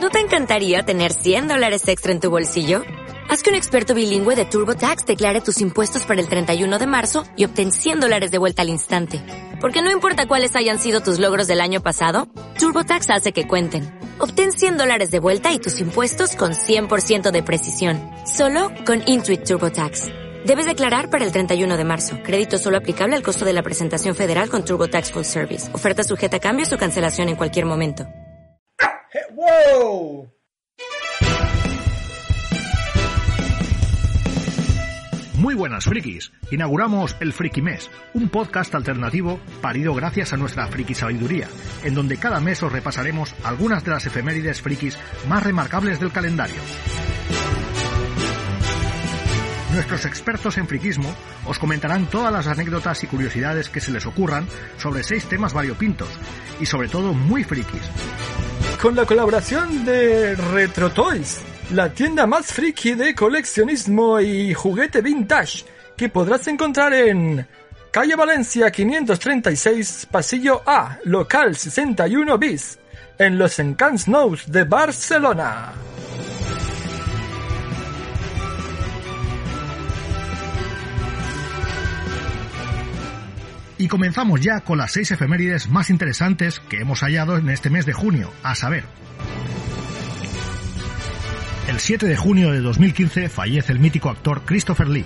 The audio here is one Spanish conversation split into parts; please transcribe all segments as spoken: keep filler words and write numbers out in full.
¿No te encantaría tener cien dólares extra en tu bolsillo? Haz que un experto bilingüe de TurboTax declare tus impuestos para el treinta y uno de marzo y obtén cien dólares de vuelta al instante. Porque no importa cuáles hayan sido tus logros del año pasado, TurboTax hace que cuenten. Obtén cien dólares de vuelta y tus impuestos con cien por ciento de precisión. Solo con Intuit TurboTax. Debes declarar para el treinta y uno de marzo. Crédito solo aplicable al costo de la presentación federal con TurboTax Full Service. Oferta sujeta a cambios o cancelación en cualquier momento. Hey, ¡wow! Muy buenas, frikis. Inauguramos el Friki Mes, un podcast alternativo parido gracias a nuestra friki sabiduría, en donde cada mes os repasaremos algunas de las efemérides frikis más remarcables del calendario. Nuestros expertos en friquismo os comentarán todas las anécdotas y curiosidades que se les ocurran sobre seis temas variopintos, y sobre todo muy frikis. Con la colaboración de Retro Toys, la tienda más friki de coleccionismo y juguete vintage, que podrás encontrar en calle Valencia quinientos treinta y seis, pasillo A, local sesenta y uno bis, en los Encants Nous de Barcelona. Y comenzamos ya con las seis efemérides más interesantes que hemos hallado en este mes de junio, a saber: el siete de junio de dos mil quince fallece el mítico actor Christopher Lee.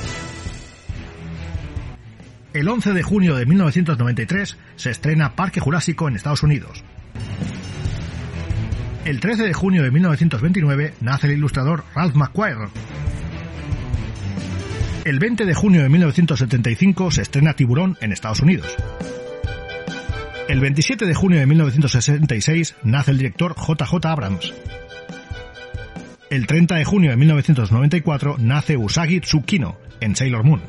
El once de junio de mil novecientos noventa y tres se estrena Parque Jurásico en Estados Unidos. El trece de junio de mil novecientos veintinueve nace el ilustrador Ralph McQuarrie. El veinte de junio de mil novecientos setenta y cinco se estrena Tiburón en Estados Unidos. El veintisiete de junio de mil novecientos sesenta y seis nace el director J J Abrams. El treinta de junio de mil novecientos noventa y cuatro nace Usagi Tsukino en Sailor Moon.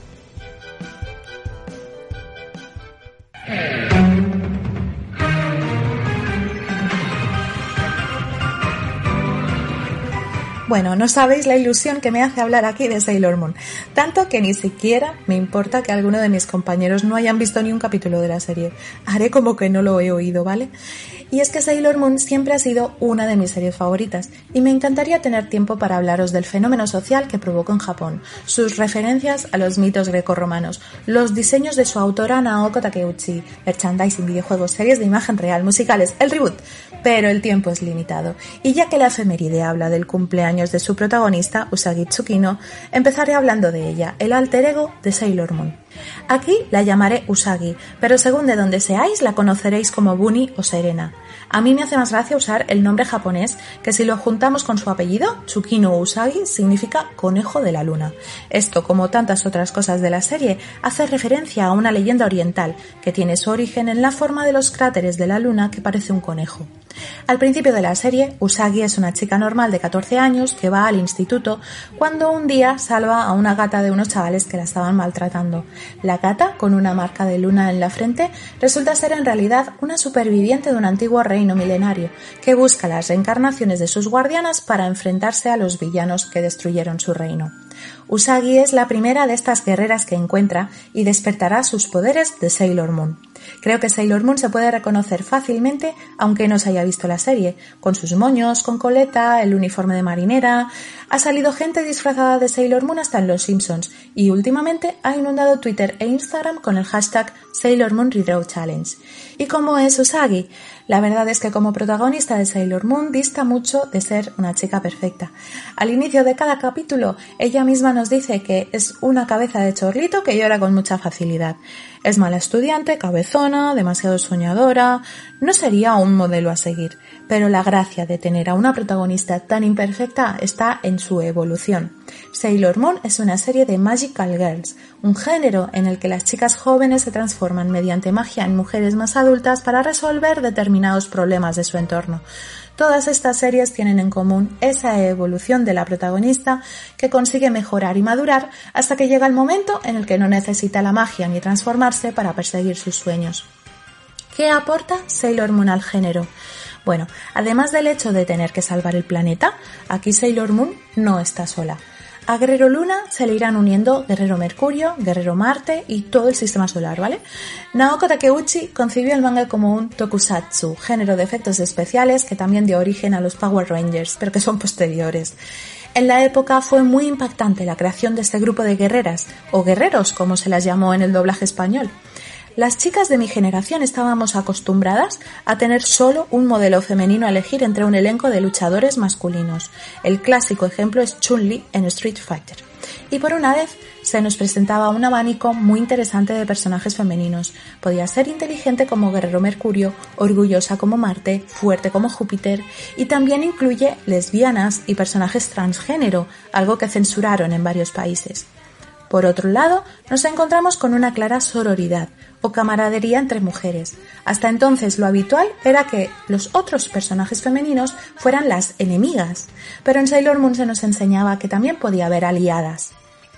Bueno, no sabéis la ilusión que me hace hablar aquí de Sailor Moon, tanto que ni siquiera me importa que alguno de mis compañeros no hayan visto ni un capítulo de la serie. Haré como que no lo he oído, ¿vale? Y es que Sailor Moon siempre ha sido una de mis series favoritas, y me encantaría tener tiempo para hablaros del fenómeno social que provocó en Japón, sus referencias a los mitos grecorromanos, los diseños de su autora Naoko Takeuchi, merchandising, videojuegos, series de imagen real, musicales, el reboot. Pero el tiempo es limitado, y ya que la efeméride habla del cumpleaños de su protagonista, Usagi Tsukino, empezaré hablando de ella, el alter ego de Sailor Moon. Aquí la llamaré Usagi, pero según de donde seáis la conoceréis como Bunny o Serena. A mí me hace más gracia usar el nombre japonés, que si lo juntamos con su apellido, Tsukino Usagi, significa conejo de la luna. Esto, como tantas otras cosas de la serie, hace referencia a una leyenda oriental, que tiene su origen en la forma de los cráteres de la luna que parece un conejo. Al principio de la serie, Usagi es una chica normal de catorce años que va al instituto cuando un día salva a una gata de unos chavales que la estaban maltratando. La gata, con una marca de luna en la frente, resulta ser en realidad una superviviente de un antiguo reino milenario que busca las reencarnaciones de sus guardianas para enfrentarse a los villanos que destruyeron su reino. Usagi es la primera de estas guerreras que encuentra y despertará sus poderes de Sailor Moon. Creo que Sailor Moon se puede reconocer fácilmente aunque no se haya visto la serie, con sus moños, con coleta, el uniforme de marinera. Ha salido gente disfrazada de Sailor Moon hasta en Los Simpsons y últimamente ha inundado Twitter e Instagram con el hashtag Sailor Moon Redraw Challenge. ¿Y cómo es Usagi? La verdad es que como protagonista de Sailor Moon dista mucho de ser una chica perfecta. Al inicio de cada capítulo, ella misma nos dice que es una cabeza de chorlito que llora con mucha facilidad. Es mala estudiante, cabezona, demasiado soñadora. No sería un modelo a seguir, pero la gracia de tener a una protagonista tan imperfecta está en su evolución. Sailor Moon es una serie de Magical Girls, un género en el que las chicas jóvenes se transforman mediante magia en mujeres más adultas para resolver determinados problemas de su entorno. Todas estas series tienen en común esa evolución de la protagonista que consigue mejorar y madurar hasta que llega el momento en el que no necesita la magia ni transformarse para perseguir sus sueños. ¿Qué aporta Sailor Moon al género? Bueno, además del hecho de tener que salvar el planeta, aquí Sailor Moon no está sola. A Guerrero Luna se le irán uniendo Guerrero Mercurio, Guerrero Marte y todo el sistema solar, ¿vale? Naoko Takeuchi concibió el manga como un tokusatsu, género de efectos especiales que también dio origen a los Power Rangers, pero que son posteriores. En la época fue muy impactante la creación de este grupo de guerreras, o guerreros como se las llamó en el doblaje español. Las chicas de mi generación estábamos acostumbradas a tener solo un modelo femenino a elegir entre un elenco de luchadores masculinos. El clásico ejemplo es Chun-Li en Street Fighter. Y por una vez se nos presentaba un abanico muy interesante de personajes femeninos. Podía ser inteligente como Guerrero Mercurio, orgullosa como Marte, fuerte como Júpiter, y también incluye lesbianas y personajes transgénero, algo que censuraron en varios países. Por otro lado, nos encontramos con una clara sororidad o camaradería entre mujeres. Hasta entonces lo habitual era que los otros personajes femeninos fueran las enemigas, pero en Sailor Moon se nos enseñaba que también podía haber aliadas.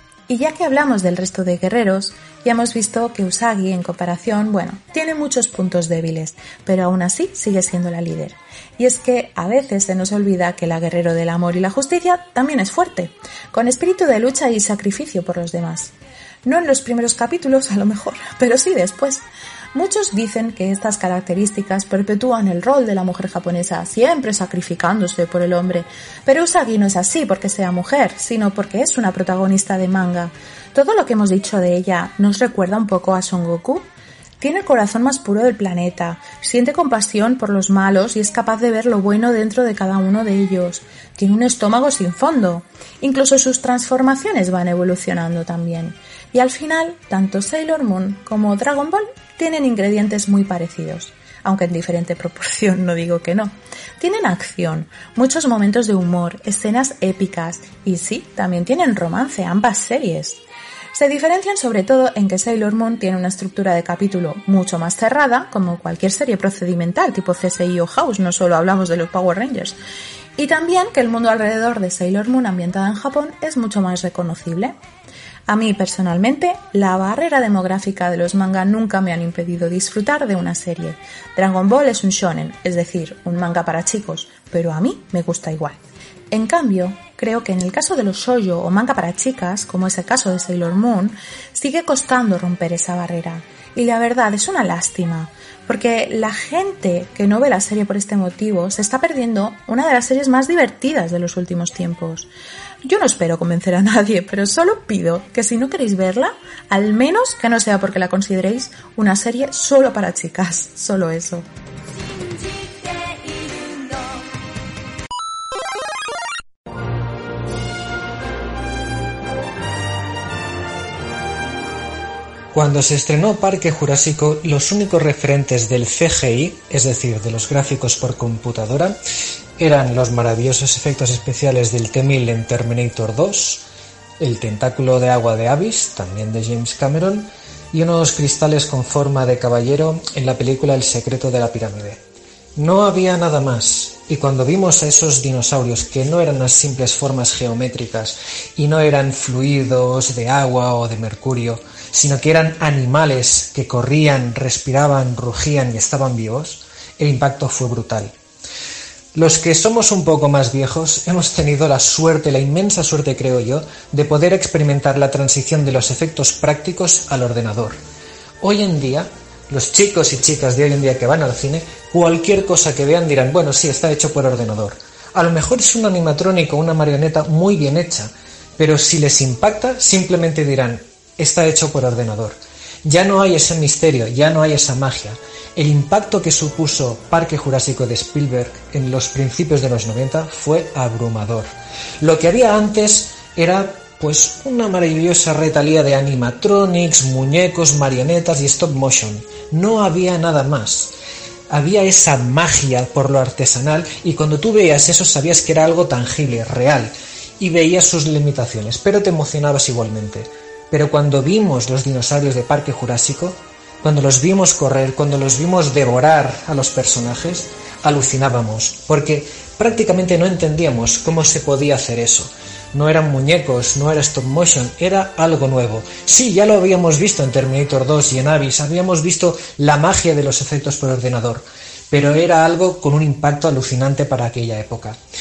Y ya que hablamos del resto de guerreros, ya hemos visto que Usagi, en comparación, bueno, tiene muchos puntos débiles, pero aún así sigue siendo la líder. Y es que a veces se nos olvida que la guerrero del amor y la justicia también es fuerte, con espíritu de lucha y sacrificio por los demás. No en los primeros capítulos, a lo mejor, pero sí después. Muchos dicen que estas características perpetúan el rol de la mujer japonesa, siempre sacrificándose por el hombre. Pero Usagi no es así porque sea mujer, sino porque es una protagonista de manga. Todo lo que hemos dicho de ella nos recuerda un poco a Son Goku. Tiene el corazón más puro del planeta, siente compasión por los malos y es capaz de ver lo bueno dentro de cada uno de ellos. Tiene un estómago sin fondo. Incluso sus transformaciones van evolucionando también. Y al final, tanto Sailor Moon como Dragon Ball tienen ingredientes muy parecidos, aunque en diferente proporción, no digo que no. Tienen acción, muchos momentos de humor, escenas épicas y sí, también tienen romance, ambas series. Se diferencian sobre todo en que Sailor Moon tiene una estructura de capítulo mucho más cerrada, como cualquier serie procedimental tipo C S I o House, no solo hablamos de los Power Rangers. Y también que el mundo alrededor de Sailor Moon ambientada en Japón es mucho más reconocible. A mí, personalmente, la barrera demográfica de los manga nunca me han impedido disfrutar de una serie. Dragon Ball es un shonen, es decir, un manga para chicos, pero a mí me gusta igual. En cambio, creo que en el caso de los shoujo o manga para chicas, como es el caso de Sailor Moon, sigue costando romper esa barrera. Y la verdad es una lástima, porque la gente que no ve la serie por este motivo se está perdiendo una de las series más divertidas de los últimos tiempos. Yo no espero convencer a nadie, pero solo pido que si no queréis verla, al menos que no sea porque la consideréis una serie solo para chicas, solo eso. Cuando se estrenó Parque Jurásico, los únicos referentes del C G I, es decir, de los gráficos por computadora, eran los maravillosos efectos especiales del T-mil en Terminator dos, el tentáculo de agua de Abyss, también de James Cameron, y unos cristales con forma de caballero en la película El secreto de la pirámide. No había nada más, y cuando vimos a esos dinosaurios que no eran las simples formas geométricas y no eran fluidos de agua o de mercurio, sino que eran animales que corrían, respiraban, rugían y estaban vivos, el impacto fue brutal. Los que somos un poco más viejos hemos tenido la suerte, la inmensa suerte creo yo, de poder experimentar la transición de los efectos prácticos al ordenador. Hoy en día, los chicos y chicas de hoy en día que van al cine, cualquier cosa que vean dirán, bueno, sí, está hecho por ordenador. A lo mejor es un animatrónico, una marioneta muy bien hecha, pero si les impacta, simplemente dirán, está hecho por ordenador. Ya no hay ese misterio, ya no hay esa magia. El impacto que supuso Parque Jurásico de Spielberg en los principios de los noventa fue abrumador. Lo que había antes era pues una maravillosa retalía de animatronics, muñecos, marionetas y stop motion. No había nada más. Había esa magia por lo artesanal y cuando tú veías eso sabías que era algo tangible, real, y veías sus limitaciones, pero te emocionabas igualmente. Pero cuando vimos los dinosaurios de Parque Jurásico, cuando los vimos correr, cuando los vimos devorar a los personajes, alucinábamos, porque prácticamente no entendíamos cómo se podía hacer eso. No eran muñecos, no era stop motion, era algo nuevo. Sí, ya lo habíamos visto en Terminator dos y en Abyss, habíamos visto la magia de los efectos por ordenador, pero era algo con un impacto alucinante para aquella época.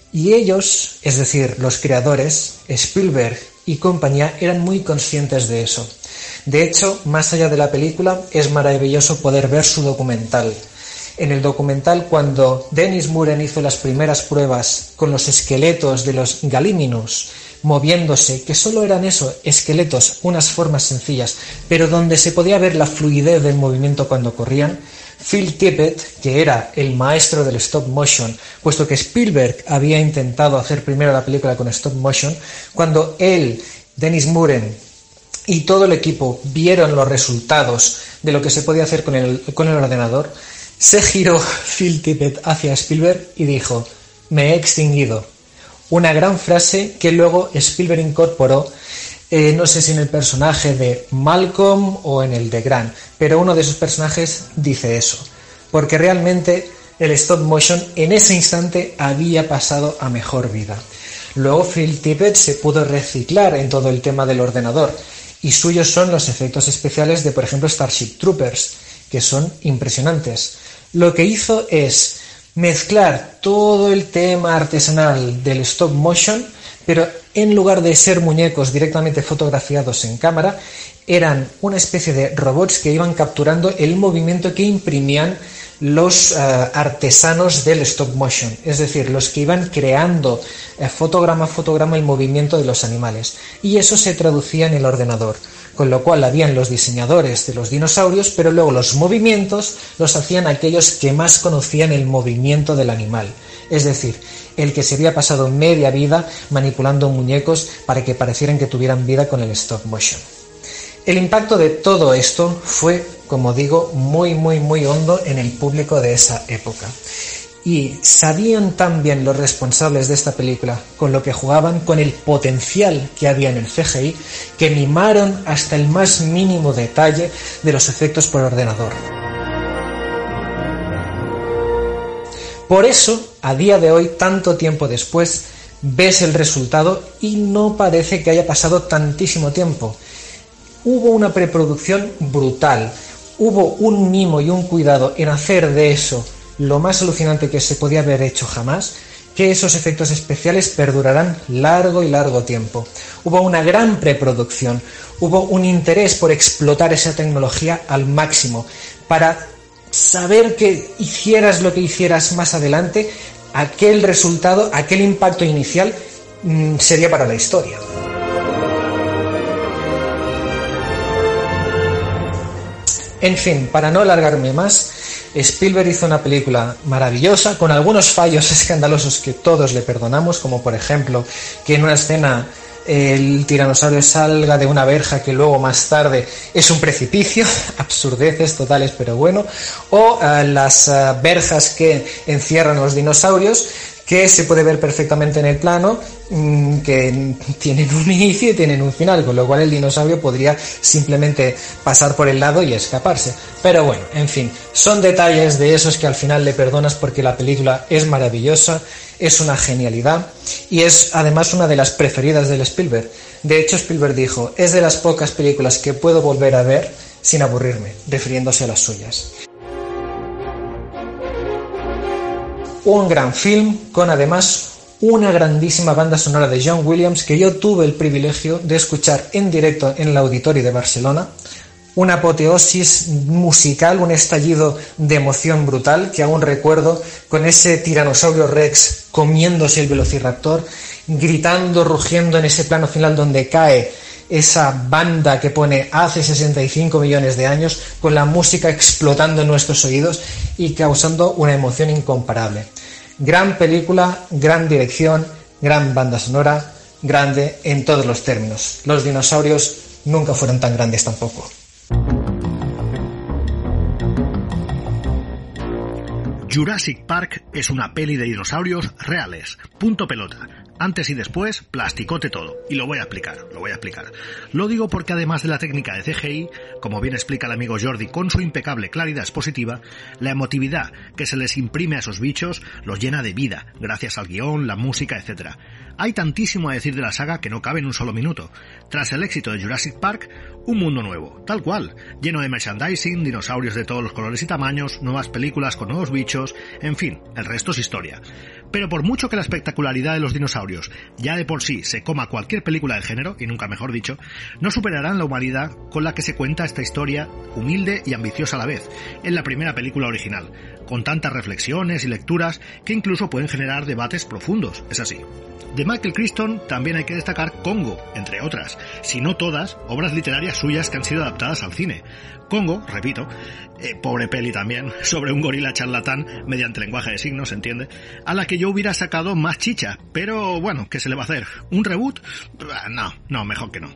Y ellos, es decir, los creadores, Spielberg y compañía, eran muy conscientes de eso. De hecho, más allá de la película, es maravilloso poder ver su documental. En el documental, cuando Dennis Muren hizo las primeras pruebas con los esqueletos de los Gallimimus moviéndose, que solo eran eso, esqueletos, unas formas sencillas, pero donde se podía ver la fluidez del movimiento cuando corrían, Phil Tippett, que era el maestro del stop motion, puesto que Spielberg había intentado hacer primero la película con stop motion, cuando él, Dennis Muren y todo el equipo vieron los resultados de lo que se podía hacer con el, con el ordenador, se giró Phil Tippett hacia Spielberg y dijo: me he extinguido. Una gran frase que luego Spielberg incorporó, eh, no sé si en el personaje de Malcolm o en el de Grant, pero uno de esos personajes dice eso, porque realmente el stop motion en ese instante había pasado a mejor vida. Luego Phil Tippett se pudo reciclar en todo el tema del ordenador, y suyos son los efectos especiales de, por ejemplo, Starship Troopers, que son impresionantes. Lo que hizo es mezclar todo el tema artesanal del stop motion, pero en lugar de ser muñecos directamente fotografiados en cámara, eran una especie de robots que iban capturando el movimiento que imprimían los uh, artesanos del stop motion, es decir, los que iban creando uh, fotograma a fotograma el movimiento de los animales, y eso se traducía en el ordenador, con lo cual habían los diseñadores de los dinosaurios, pero luego los movimientos los hacían aquellos que más conocían el movimiento del animal, es decir, el que se había pasado media vida manipulando muñecos para que parecieran que tuvieran vida con el stop motion. El impacto de todo esto fue, como digo, muy muy muy hondo en el público de esa época. Y sabían tan bien los responsables de esta película con lo que jugaban, con el potencial que había en el C G I, que mimaron hasta el más mínimo detalle de los efectos por ordenador. Por eso, a día de hoy, tanto tiempo después, ves el resultado y no parece que haya pasado tantísimo tiempo. Hubo una preproducción brutal, hubo un mimo y un cuidado en hacer de eso lo más alucinante que se podía haber hecho jamás, que esos efectos especiales perdurarán largo y largo tiempo. Hubo una gran preproducción, hubo un interés por explotar esa tecnología al máximo, para saber que hicieras lo que hicieras más adelante, aquel resultado, aquel impacto inicial mmm, sería para la historia. En fin, para no alargarme más, Spielberg hizo una película maravillosa, con algunos fallos escandalosos que todos le perdonamos, como por ejemplo que en una escena el tiranosaurio salga de una verja que luego más tarde es un precipicio, absurdeces totales, pero bueno, o uh, las uh, verjas que encierran a los dinosaurios, que se puede ver perfectamente en el plano, mmm, que tienen un inicio y tienen un final, con lo cual el dinosaurio podría simplemente pasar por el lado y escaparse. Pero bueno, en fin, son detalles de esos que al final le perdonas porque la película es maravillosa, es una genialidad y es además una de las preferidas del Spielberg. De hecho, Spielberg dijo, es de las pocas películas que puedo volver a ver sin aburrirme, refiriéndose a las suyas. Un gran film con además una grandísima banda sonora de John Williams que yo tuve el privilegio de escuchar en directo en el Auditorio de Barcelona, una apoteosis musical, un estallido de emoción brutal que aún recuerdo, con ese tiranosaurio Rex comiéndose el velociraptor, gritando, rugiendo en ese plano final donde cae esa banda que pone hace sesenta y cinco millones de años, con la música explotando en nuestros oídos y causando una emoción incomparable. Gran película, gran dirección, gran banda sonora, grande en todos los términos. Los dinosaurios nunca fueron tan grandes tampoco. Jurassic Park es una peli de dinosaurios reales. Punto pelota. Antes y después, plasticote todo. Y lo voy a explicar, lo voy a explicar. Lo digo porque además de la técnica de C G I, como bien explica el amigo Jordi con su impecable claridad expositiva, la emotividad que se les imprime a esos bichos los llena de vida, gracias al guión, la música, etcétera. Hay tantísimo a decir de la saga que no cabe en un solo minuto. Tras el éxito de Jurassic Park, un mundo nuevo, tal cual, lleno de merchandising, dinosaurios de todos los colores y tamaños, nuevas películas con nuevos bichos, en fin, el resto es historia. Pero por mucho que la espectacularidad de los dinosaurios ya de por sí se coma cualquier película del género, y nunca mejor dicho, no superarán la humanidad con la que se cuenta esta historia humilde y ambiciosa a la vez, en la primera película original, con tantas reflexiones y lecturas que incluso pueden generar debates profundos, es así. De Michael Crichton también hay que destacar Congo, entre otras, si no todas, obras literarias suyas que han sido adaptadas al cine. Congo, repito, eh, pobre peli también, sobre un gorila charlatán mediante lenguaje de signos, ¿se entiende? A la que yo hubiera sacado más chicha, pero bueno, ¿qué se le va a hacer? ¿Un reboot? No, no, mejor que no.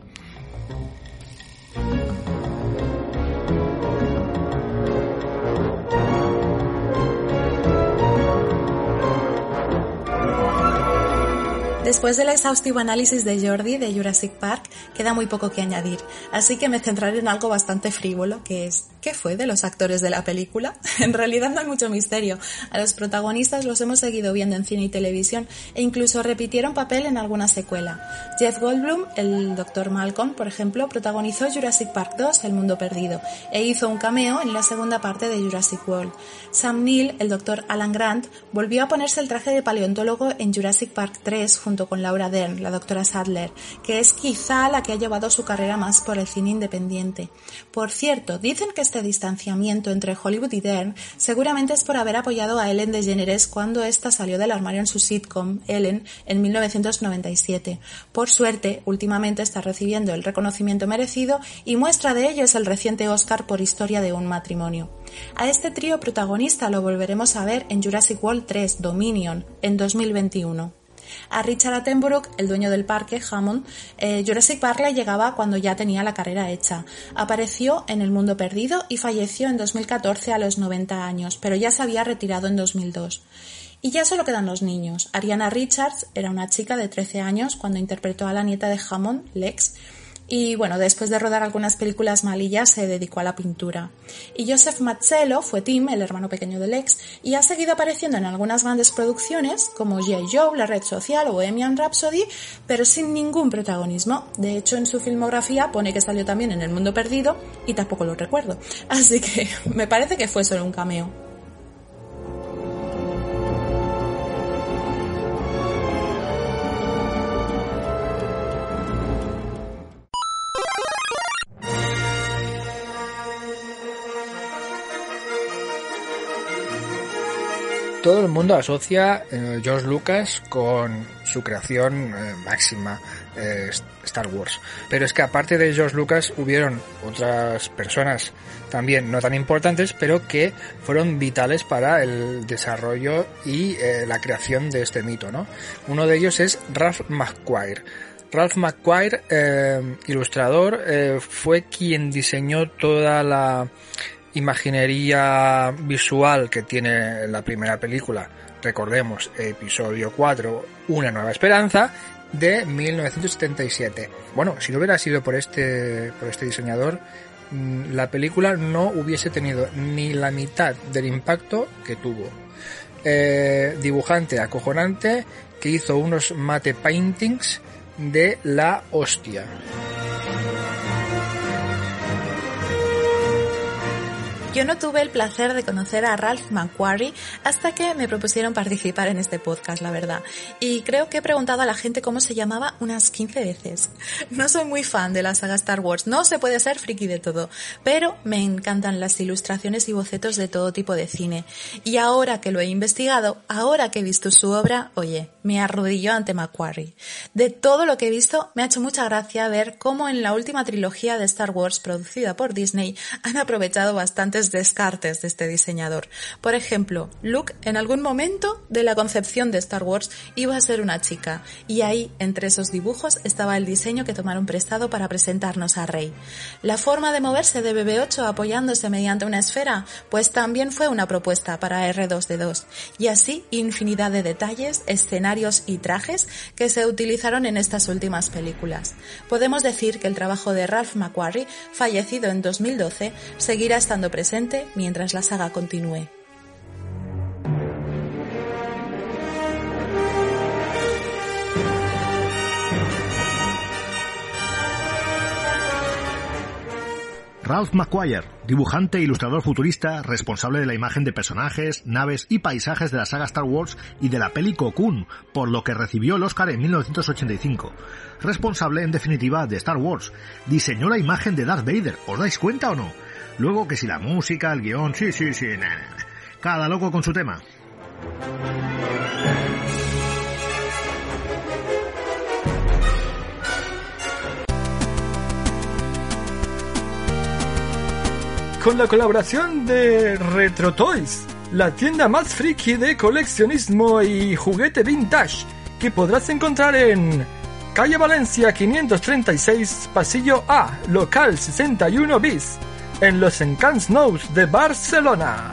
Después del exhaustivo análisis de Jordi de Jurassic Park, queda muy poco que añadir, así que me centraré en algo bastante frívolo, que es ¿qué fue de los actores de la película? En realidad no hay mucho misterio. A los protagonistas los hemos seguido viendo en cine y televisión e incluso repitieron papel en alguna secuela. Jeff Goldblum, el doctor Malcolm, por ejemplo, protagonizó Jurassic Park dos, El mundo perdido, e hizo un cameo en la segunda parte de Jurassic World. Sam Neill, el doctor Alan Grant, volvió a ponerse el traje de paleontólogo en Jurassic Park tres junto con Laura Dern, la doctora Sadler, que es quizá la que ha llevado su carrera más por el cine independiente. Por cierto, dicen que este distanciamiento entre Hollywood y Dern seguramente es por haber apoyado a Ellen DeGeneres cuando ésta salió del armario en su sitcom, Ellen, en mil novecientos noventa y siete. Por suerte, últimamente está recibiendo el reconocimiento merecido y muestra de ello es el reciente Oscar por Historia de un matrimonio. A este trío protagonista lo volveremos a ver en Jurassic World tres, Dominion, en dos mil veintiuno. A Richard Attenborough, el dueño del parque, Hammond, eh, Jurassic Park le llegaba cuando ya tenía la carrera hecha. Apareció en El mundo perdido y falleció en dos mil catorce a los noventa años, pero ya se había retirado en dos mil dos. Y ya solo quedan los niños. Ariana Richards era una chica de trece años cuando interpretó a la nieta de Hammond, Lex, y bueno, después de rodar algunas películas malillas se dedicó a la pintura. Y Joseph Mazzello fue Tim, el hermano pequeño de Lex, y ha seguido apareciendo en algunas grandes producciones como G I Joe, La Red Social o Bohemian Rhapsody, pero sin ningún protagonismo. De hecho, en su filmografía pone que salió también en El mundo perdido y tampoco lo recuerdo. Así que me parece que fue solo un cameo. Todo el mundo asocia eh, George Lucas con su creación eh, máxima, eh, Star Wars. Pero es que aparte de George Lucas hubieron otras personas también no tan importantes, pero que fueron vitales para el desarrollo y eh, la creación de este mito, ¿no? Uno de ellos es Ralph McQuarrie. Ralph McQuarrie, eh, ilustrador, eh, fue quien diseñó toda la imaginería visual que tiene la primera película, recordemos, episodio cuatro, Una nueva esperanza, de mil novecientos setenta y siete. Bueno, si no hubiera sido por este, por este diseñador, la película no hubiese tenido ni la mitad del impacto que tuvo. Eh, dibujante acojonante que hizo unos matte paintings de la hostia. Yo no tuve el placer de conocer a Ralph McQuarrie hasta que me propusieron participar en este podcast, la verdad. Y creo que he preguntado a la gente cómo se llamaba unas quince veces. No soy muy fan de la saga Star Wars, no se puede ser friki de todo, pero me encantan las ilustraciones y bocetos de todo tipo de cine. Y ahora que lo he investigado, ahora que he visto su obra, oye, me arrodillo ante McQuarrie. De todo lo que he visto, me ha hecho mucha gracia ver cómo en la última trilogía de Star Wars producida por Disney han aprovechado bastantes descartes de este diseñador. Por ejemplo, Luke en algún momento de la concepción de Star Wars iba a ser una chica, y ahí entre esos dibujos estaba el diseño que tomaron prestado para presentarnos a Rey. La forma de moverse de B B ocho apoyándose mediante una esfera, pues también fue una propuesta para R dos D dos, y así infinidad de detalles, escenarios y trajes que se utilizaron en estas últimas películas. Podemos decir que el trabajo de Ralph McQuarrie, fallecido en dos mil doce, seguirá estando presente mientras la saga continúe. Ralph McQuarrie, dibujante e ilustrador futurista responsable de la imagen de personajes, naves y paisajes de la saga Star Wars y de la peli Cocoon, por lo que recibió el Oscar en mil novecientos ochenta y cinco. Responsable, en definitiva, de Star Wars. Diseñó la imagen de Darth Vader, ¿os dais cuenta o no? Luego que si la música, el guión, sí, sí, sí, nah, nah. Cada loco con su tema. Con la colaboración de Retro Toys, la tienda más friki de coleccionismo y juguete vintage, que podrás encontrar en calle Valencia quinientos treinta y seis, pasillo A, local sesenta y uno bis, en los Encants Nous de Barcelona.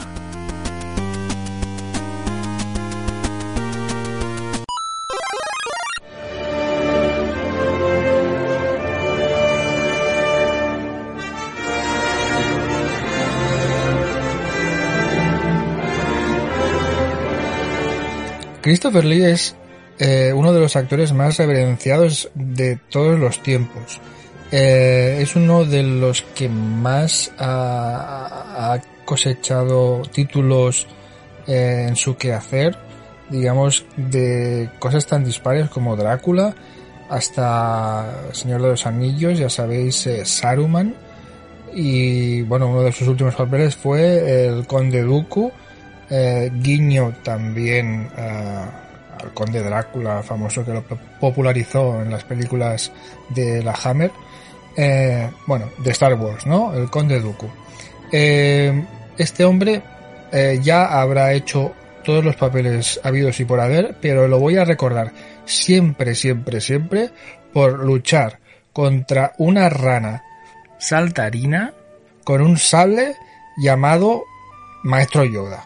Christopher Lee es eh, uno de los actores más reverenciados de todos los tiempos. Eh, es uno de los que más ha, ha cosechado títulos eh, en su quehacer, digamos, de cosas tan dispares como Drácula hasta Señor de los Anillos, ya sabéis, eh, Saruman, y bueno, uno de sus últimos papeles fue el Conde Dooku. Eh, guiño también eh, al Conde Drácula, famoso, que lo popularizó en las películas de la Hammer, eh, bueno, de Star Wars, ¿no? El Conde Dooku. Eh, este hombre eh, ya habrá hecho todos los papeles habidos y por haber, pero lo voy a recordar siempre, siempre, siempre por luchar contra una rana saltarina con un sable llamado Maestro Yoda.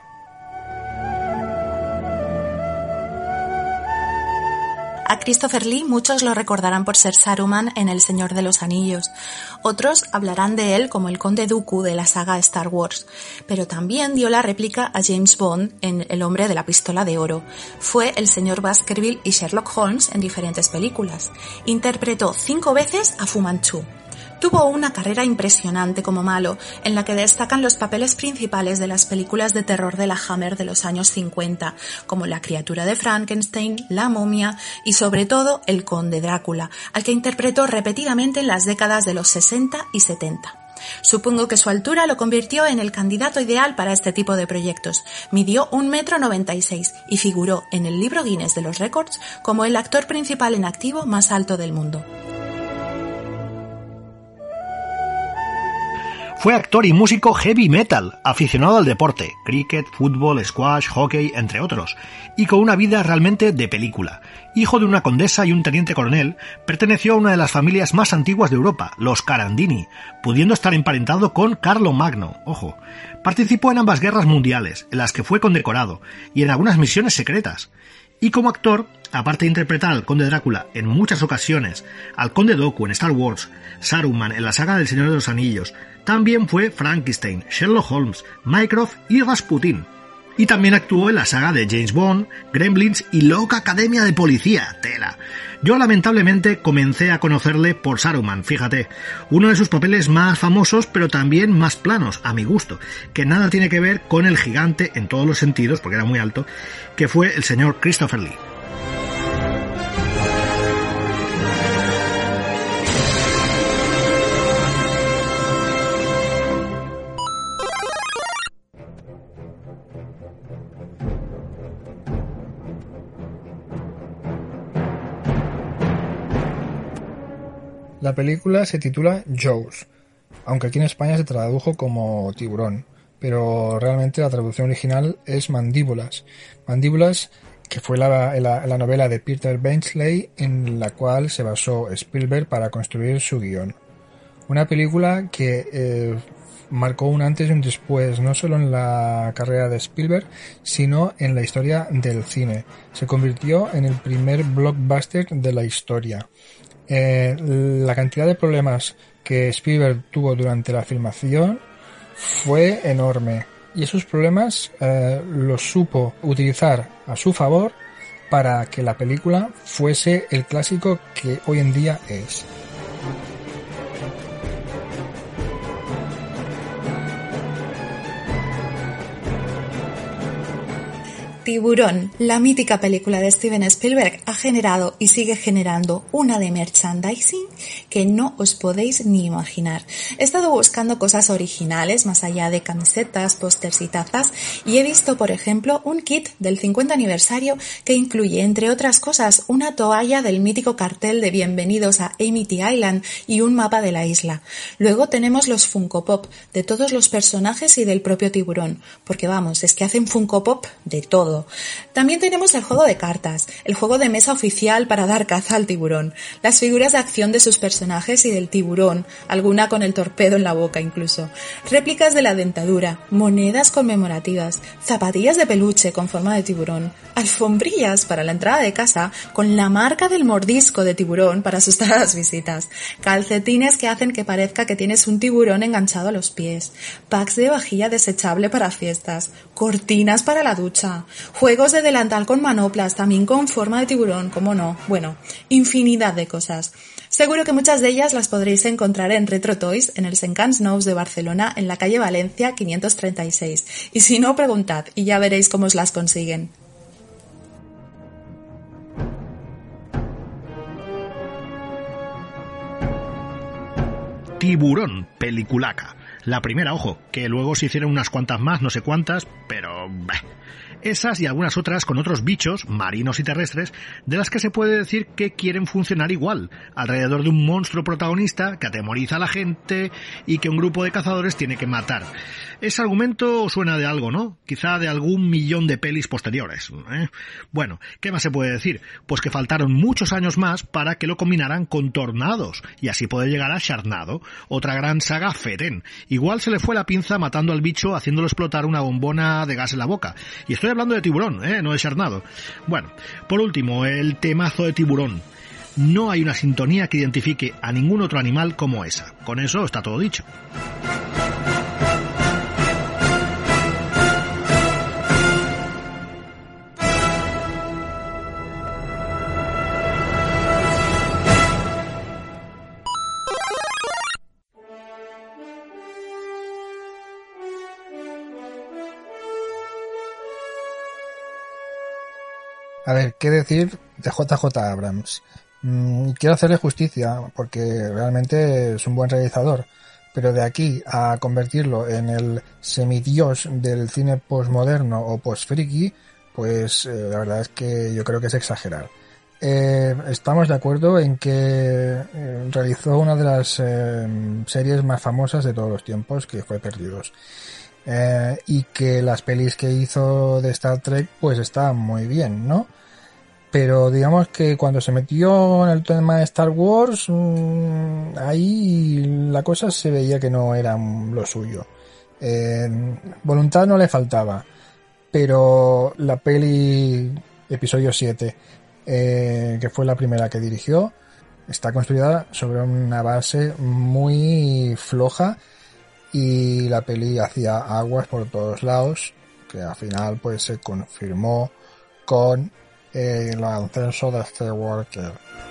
A Christopher Lee muchos lo recordarán por ser Saruman en El Señor de los Anillos. Otros hablarán de él como el Conde Dooku de la saga Star Wars. Pero también dio la réplica a James Bond en El Hombre de la Pistola de Oro. Fue el señor Baskerville y Sherlock Holmes en diferentes películas. Interpretó cinco veces a Fu Manchu. Tuvo una carrera impresionante como malo, en la que destacan los papeles principales de las películas de terror de la Hammer de los años cincuenta, como La criatura de Frankenstein, La momia y sobre todo El Conde Drácula, al que interpretó repetidamente en las décadas de los sesenta y setenta. Supongo que su altura lo convirtió en el candidato ideal para este tipo de proyectos. Midió un metro noventa y seis y figuró en el libro Guinness de los récords como el actor principal en activo más alto del mundo. Fue actor y músico heavy metal, aficionado al deporte, cricket, fútbol, squash, hockey, entre otros, y con una vida realmente de película. Hijo de una condesa y un teniente coronel, perteneció a una de las familias más antiguas de Europa, los Carandini, pudiendo estar emparentado con Carlo Magno, ojo. Participó en ambas guerras mundiales, en las que fue condecorado, y en algunas misiones secretas. Y como actor, aparte de interpretar al Conde Drácula en muchas ocasiones, al Conde Dooku en Star Wars, Saruman en la saga del Señor de los Anillos, también fue Frankenstein, Sherlock Holmes, Mycroft y Rasputin. Y también actuó en la saga de James Bond, Gremlins y Loca Academia de Policía, tela. Yo lamentablemente comencé a conocerle por Saruman, fíjate, uno de sus papeles más famosos pero también más planos, a mi gusto, que nada tiene que ver con el gigante en todos los sentidos, porque era muy alto, que fue el señor Christopher Lee. La película se titula Jaws, aunque aquí en España se tradujo como Tiburón, pero realmente la traducción original es Mandíbulas. Mandíbulas, que fue la, la, la novela de Peter Benchley en la cual se basó Spielberg para construir su guión. Una película que eh, marcó un antes y un después, no solo en la carrera de Spielberg, sino en la historia del cine. Se convirtió en el primer blockbuster de la historia. Eh, la cantidad de problemas que Spielberg tuvo durante la filmación fue enorme y esos problemas eh, los supo utilizar a su favor para que la película fuese el clásico que hoy en día es. Tiburón, la mítica película de Steven Spielberg, ha generado y sigue generando una de merchandising que no os podéis ni imaginar. He estado buscando cosas originales más allá de camisetas, pósters y tazas y he visto, por ejemplo, un kit del cincuenta aniversario que incluye, entre otras cosas, una toalla del mítico cartel de Bienvenidos a Amity Island y un mapa de la isla. Luego tenemos los Funko Pop de todos los personajes y del propio tiburón, porque vamos, es que hacen Funko Pop de todo. También tenemos el juego de cartas, el juego de mesa oficial para dar caza al tiburón, las figuras de acción de sus personajes y del tiburón, alguna con el torpedo en la boca incluso, réplicas de la dentadura, monedas conmemorativas, zapatillas de peluche con forma de tiburón, alfombrillas para la entrada de casa con la marca del mordisco de tiburón para asustar a las visitas, calcetines que hacen que parezca que tienes un tiburón enganchado a los pies, packs de vajilla desechable para fiestas, cortinas para la ducha, juegos de delantal con manoplas, también con forma de tiburón, cómo no, bueno, infinidad de cosas. Seguro que muchas de ellas las podréis encontrar en Retro Toys, en el Sencans Nous de Barcelona, en la calle Valencia quinientos treinta y seis. Y si no, preguntad y ya veréis cómo os las consiguen. Tiburón, peliculaca. La primera, ojo, que luego se hicieron unas cuantas más, no sé cuántas, pero... bah. Esas y algunas otras con otros bichos, marinos y terrestres, de las que se puede decir que quieren funcionar igual, alrededor de un monstruo protagonista que atemoriza a la gente y que un grupo de cazadores tiene que matar. Ese argumento suena de algo, ¿no? Quizá de algún millón de pelis posteriores, ¿eh? Bueno, ¿qué más se puede decir? Pues que faltaron muchos años más para que lo combinaran con Tornados, y así poder llegar a Sharknado, otra gran saga fetén. Igual se le fue la pinza matando al bicho haciéndolo explotar una bombona de gas en la boca. Y estoy hablando de Tiburón, ¿eh? No de Sharknado. Bueno, por último, el temazo de Tiburón. No hay una sintonía que identifique a ningún otro animal como esa. Con eso está todo dicho. A ver, ¿qué decir de J J Abrams? Mm, quiero hacerle justicia porque realmente es un buen realizador, pero de aquí a convertirlo en el semidios del cine postmoderno o postfriki, pues eh, la verdad es que yo creo que es exagerar. Eh, estamos de acuerdo en que eh, realizó una de las eh, series más famosas de todos los tiempos, que fue Perdidos. Eh, y que las pelis que hizo de Star Trek pues estaban muy bien, ¿no? Pero digamos que cuando se metió en el tema de Star Wars, mmm, ahí la cosa se veía que no era lo suyo. Eh, voluntad no le faltaba, pero la peli episodio siete, eh, que fue la primera que dirigió, está construida sobre una base muy floja. Y la peli hacía aguas por todos lados, que al final pues se confirmó con eh, el ascenso de Skywalker.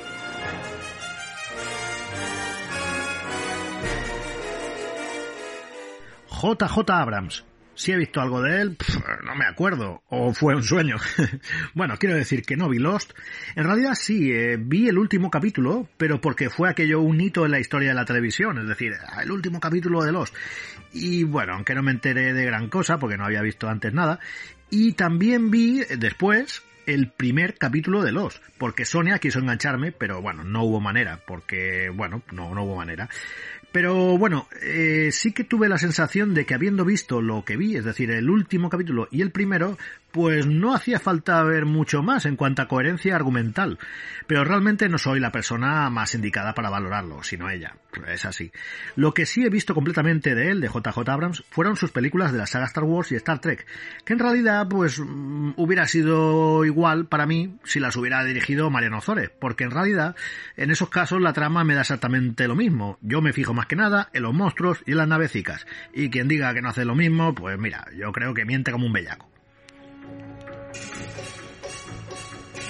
J J Abrams. Si he visto algo de él, pff, no me acuerdo, o fue un sueño. Bueno, quiero decir que no vi Lost. En realidad sí, eh, vi el último capítulo, pero porque fue aquello un hito en la historia de la televisión, es decir, el último capítulo de Lost. Y bueno, aunque no me enteré de gran cosa, porque no había visto antes nada, y también vi después el primer capítulo de Lost, porque Sonia quiso engancharme, pero bueno, no hubo manera, porque bueno, no, no hubo manera. Pero bueno, eh, sí que tuve la sensación de que habiendo visto lo que vi, es decir, el último capítulo y el primero, pues no hacía falta ver mucho más en cuanto a coherencia argumental. Pero realmente no soy la persona más indicada para valorarlo, sino ella. Es así. Lo que sí he visto completamente de él, de J J Abrams, fueron sus películas de la saga Star Wars y Star Trek, que en realidad pues hubiera sido igual para mí si las hubiera dirigido Mariano Ozores, porque en realidad en esos casos la trama me da exactamente lo mismo. Yo me fijo más que nada en los monstruos y en las navecicas, y quien diga que no hace lo mismo, pues mira, yo creo que miente como un bellaco.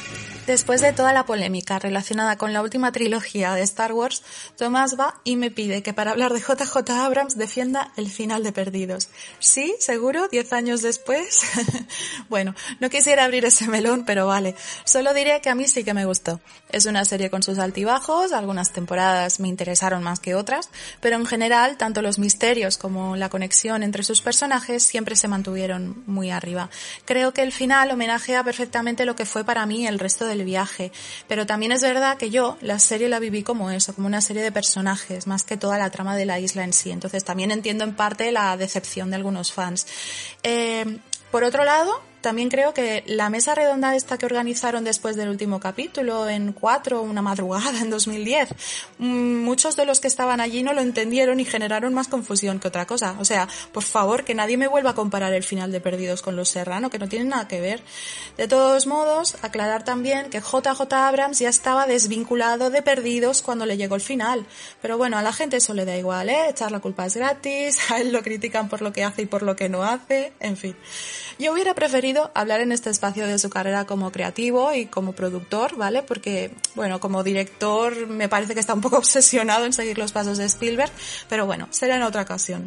Después de toda la polémica relacionada con la última trilogía de Star Wars, Tomás va y me pide que para hablar de J J Abrams defienda el final de Perdidos. ¿Sí? ¿Seguro? ¿Diez años después? Bueno, no quisiera abrir ese melón, pero vale. Solo diré que a mí sí que me gustó. Es una serie con sus altibajos, algunas temporadas me interesaron más que otras, pero en general, tanto los misterios como la conexión entre sus personajes siempre se mantuvieron muy arriba. Creo que el final homenajea perfectamente lo que fue para mí el resto de el viaje, pero también es verdad que yo la serie la viví como eso, como una serie de personajes, más que toda la trama de la isla en sí, entonces también entiendo en parte la decepción de algunos fans. Eh, por otro lado, también creo que la mesa redonda esta que organizaron después del último capítulo en cuatro, una madrugada en dos mil diez, muchos de los que estaban allí no lo entendieron y generaron más confusión que otra cosa. O sea, por favor, que nadie me vuelva a comparar el final de Perdidos con Los Serrano, que no tienen nada que ver. De todos modos, aclarar también que J J Abrams ya estaba desvinculado de Perdidos cuando le llegó el final. Pero bueno, a la gente eso le da igual, ¿eh? Echar la culpa es gratis, a él lo critican por lo que hace y por lo que no hace, en fin. Yo hubiera preferido hablar en este espacio de su carrera como creativo y como productor, ¿vale? Porque, bueno, como director me parece que está un poco obsesionado en seguir los pasos de Spielberg, pero bueno, será en otra ocasión.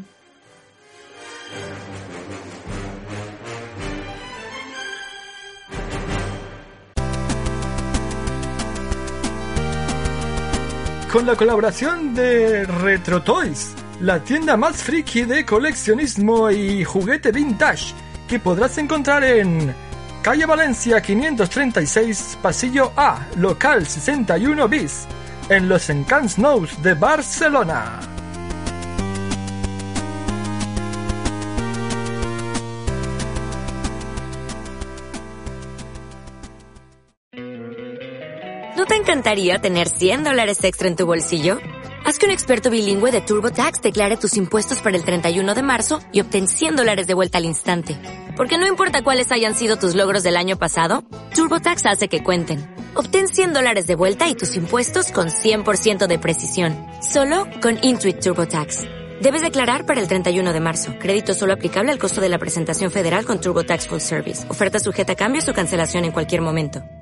Con la colaboración de Retro Toys, la tienda más friki de coleccionismo y juguete vintage, que podrás encontrar en calle Valencia quinientos treinta y seis, pasillo A, local sesenta y uno bis, en los Encants Nous de Barcelona. ¿No te encantaría tener cien dólares extra en tu bolsillo? Haz que un experto bilingüe de TurboTax declare tus impuestos para el treinta y uno de marzo y obtén cien dólares de vuelta al instante. Porque no importa cuáles hayan sido tus logros del año pasado, TurboTax hace que cuenten. Obtén cien dólares de vuelta y tus impuestos con cien por ciento de precisión. Solo con Intuit TurboTax. Debes declarar para el treinta y uno de marzo. Crédito solo aplicable al costo de la presentación federal con TurboTax Full Service. Oferta sujeta a cambios o cancelación en cualquier momento.